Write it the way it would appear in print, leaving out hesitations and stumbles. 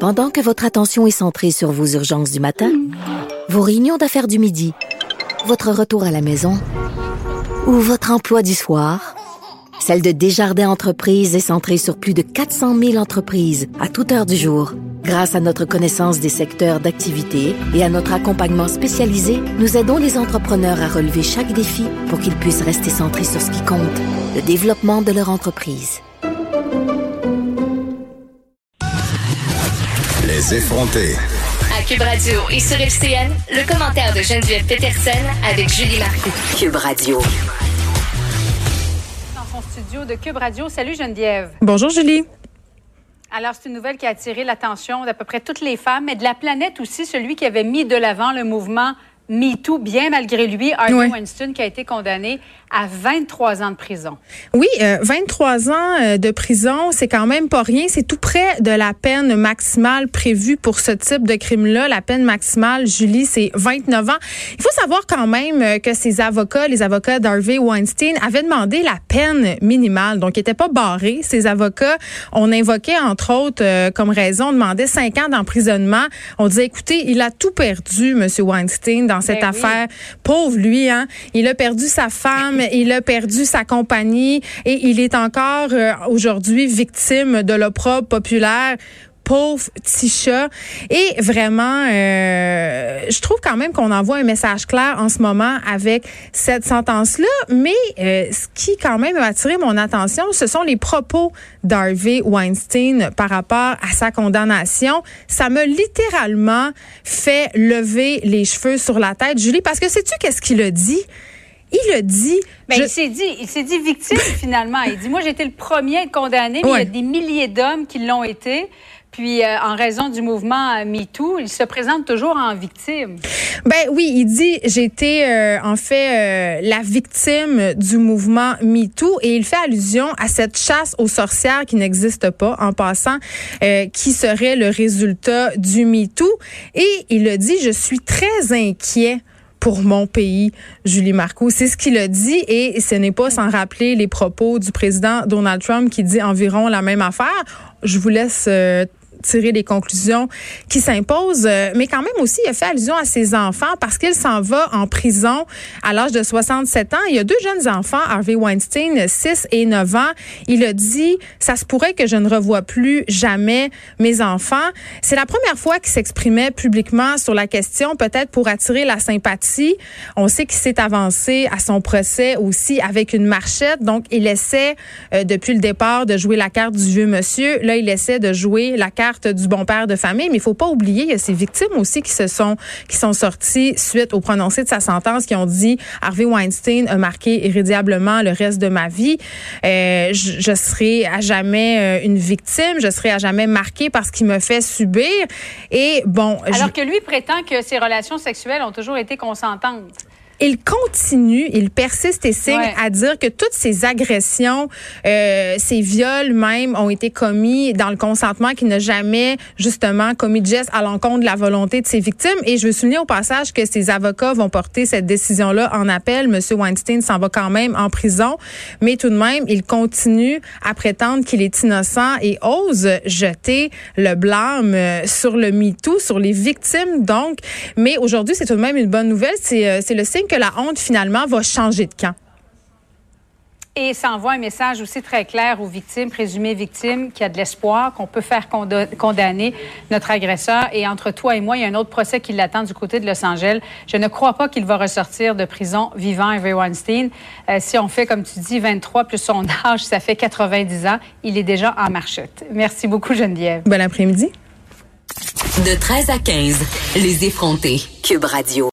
Pendant que votre attention est centrée sur vos urgences du matin, vos réunions d'affaires du midi, votre retour à la maison ou votre emploi du soir, celle de Desjardins Entreprises est centrée sur plus de 400 000 entreprises à toute heure du jour. Grâce à notre connaissance des secteurs d'activité et à notre accompagnement spécialisé, nous aidons les entrepreneurs à relever chaque défi pour qu'ils puissent rester centrés sur ce qui compte, le développement de leur entreprise. Les effrontés. À Cube Radio et sur FCN, le commentaire de Geneviève Peterson avec Julie Marcoux. Cube Radio. Dans son studio de Cube Radio. Salut Geneviève. Bonjour Julie. Alors, c'est une nouvelle qui a attiré l'attention d'à peu près toutes les femmes, mais de la planète aussi, celui qui avait mis de l'avant le mouvement MeToo, bien malgré lui, Harvey Weinstein, qui a été condamné à 23 ans de prison. Oui, 23 ans de prison, c'est quand même pas rien. C'est tout près de la peine maximale prévue pour ce type de crime-là. La peine maximale, Julie, c'est 29 ans. Il faut savoir quand même que ces avocats, les avocats d'Harvey Weinstein, avaient demandé la peine minimale. Donc, ils n'étaient pas barrés. Ces avocats, on invoquait, entre autres, comme raison, on demandait 5 ans d'emprisonnement. On disait, écoutez, il a tout perdu, M. Weinstein, dans cette affaire. Oui. Pauvre lui, hein. Il a perdu sa femme, il a perdu sa compagnie et il est encore aujourd'hui victime de l'opprobre populaire. Pauvre petit chat. Et vraiment, je trouve quand même qu'on envoie un message clair en ce moment avec cette sentence-là. Mais ce qui quand même a attiré mon attention, ce sont les propos d'Harvey Weinstein par rapport à sa condamnation. Ça m'a littéralement fait lever les cheveux sur la tête, Julie, parce que sais-tu qu'est-ce qu'il a dit? Il a dit... Il s'est dit victime, finalement. Il dit, moi, j'ai été le premier à être condamné, mais il y a des milliers d'hommes qui l'ont été. Puis, en raison du mouvement MeToo, il se présente toujours en victime. Ben oui, il dit, j'ai été la victime du mouvement MeToo, et il fait allusion à cette chasse aux sorcières qui n'existe pas, en passant, qui serait le résultat du MeToo. Et il a dit, je suis très inquiet pour mon pays, Julie Marcoux. C'est ce qu'il a dit, et ce n'est pas sans rappeler les propos du président Donald Trump qui dit environ la même affaire. Je vous laisse tirer les conclusions qui s'imposent. Mais quand même aussi, il a fait allusion à ses enfants parce qu'il s'en va en prison à l'âge de 67 ans. Il y a 2 jeunes enfants, Harvey Weinstein, 6 et 9 ans. Il a dit, ça se pourrait que je ne revoie plus jamais mes enfants. C'est la première fois qu'il s'exprimait publiquement sur la question, peut-être pour attirer la sympathie. On sait qu'il s'est avancé à son procès aussi avec une marchette. Donc, il essaie, depuis le départ, de jouer la carte du vieux monsieur. Là, il essaie de jouer la carte du bon père de famille, mais il faut pas oublier, il y a ces victimes aussi qui sont sorties suite au prononcé de sa sentence, qui ont dit Harvey Weinstein a marqué irrémédiablement le reste de ma vie. Je serai à jamais une victime, je serai à jamais marquée par ce qu'il me fait subir. Et bon, alors que lui prétend que ses relations sexuelles ont toujours été consentantes. Il continue, il persiste et signe à dire que toutes ces agressions, ces viols même, ont été commis dans le consentement, qu'il n'a jamais justement commis de geste à l'encontre de la volonté de ses victimes. Et je veux souligner au passage que ses avocats vont porter cette décision-là en appel. Monsieur Weinstein s'en va quand même en prison, mais tout de même, il continue à prétendre qu'il est innocent et ose jeter le blâme sur le MeToo, sur les victimes donc. Mais aujourd'hui, c'est tout de même une bonne nouvelle. C'est le signe que la honte, finalement, va changer de camp. Et ça envoie un message aussi très clair aux victimes, présumées victimes, qu'il y a de l'espoir, qu'on peut faire condamner notre agresseur. Et entre toi et moi, il y a un autre procès qui l'attend du côté de Los Angeles. Je ne crois pas qu'il va ressortir de prison vivant, Harvey Weinstein. Si on fait, comme tu dis, 23 plus son âge, ça fait 90 ans. Il est déjà en marchette. Merci beaucoup, Geneviève. Bon après-midi. De 13 à 15, les effrontés. Cube Radio.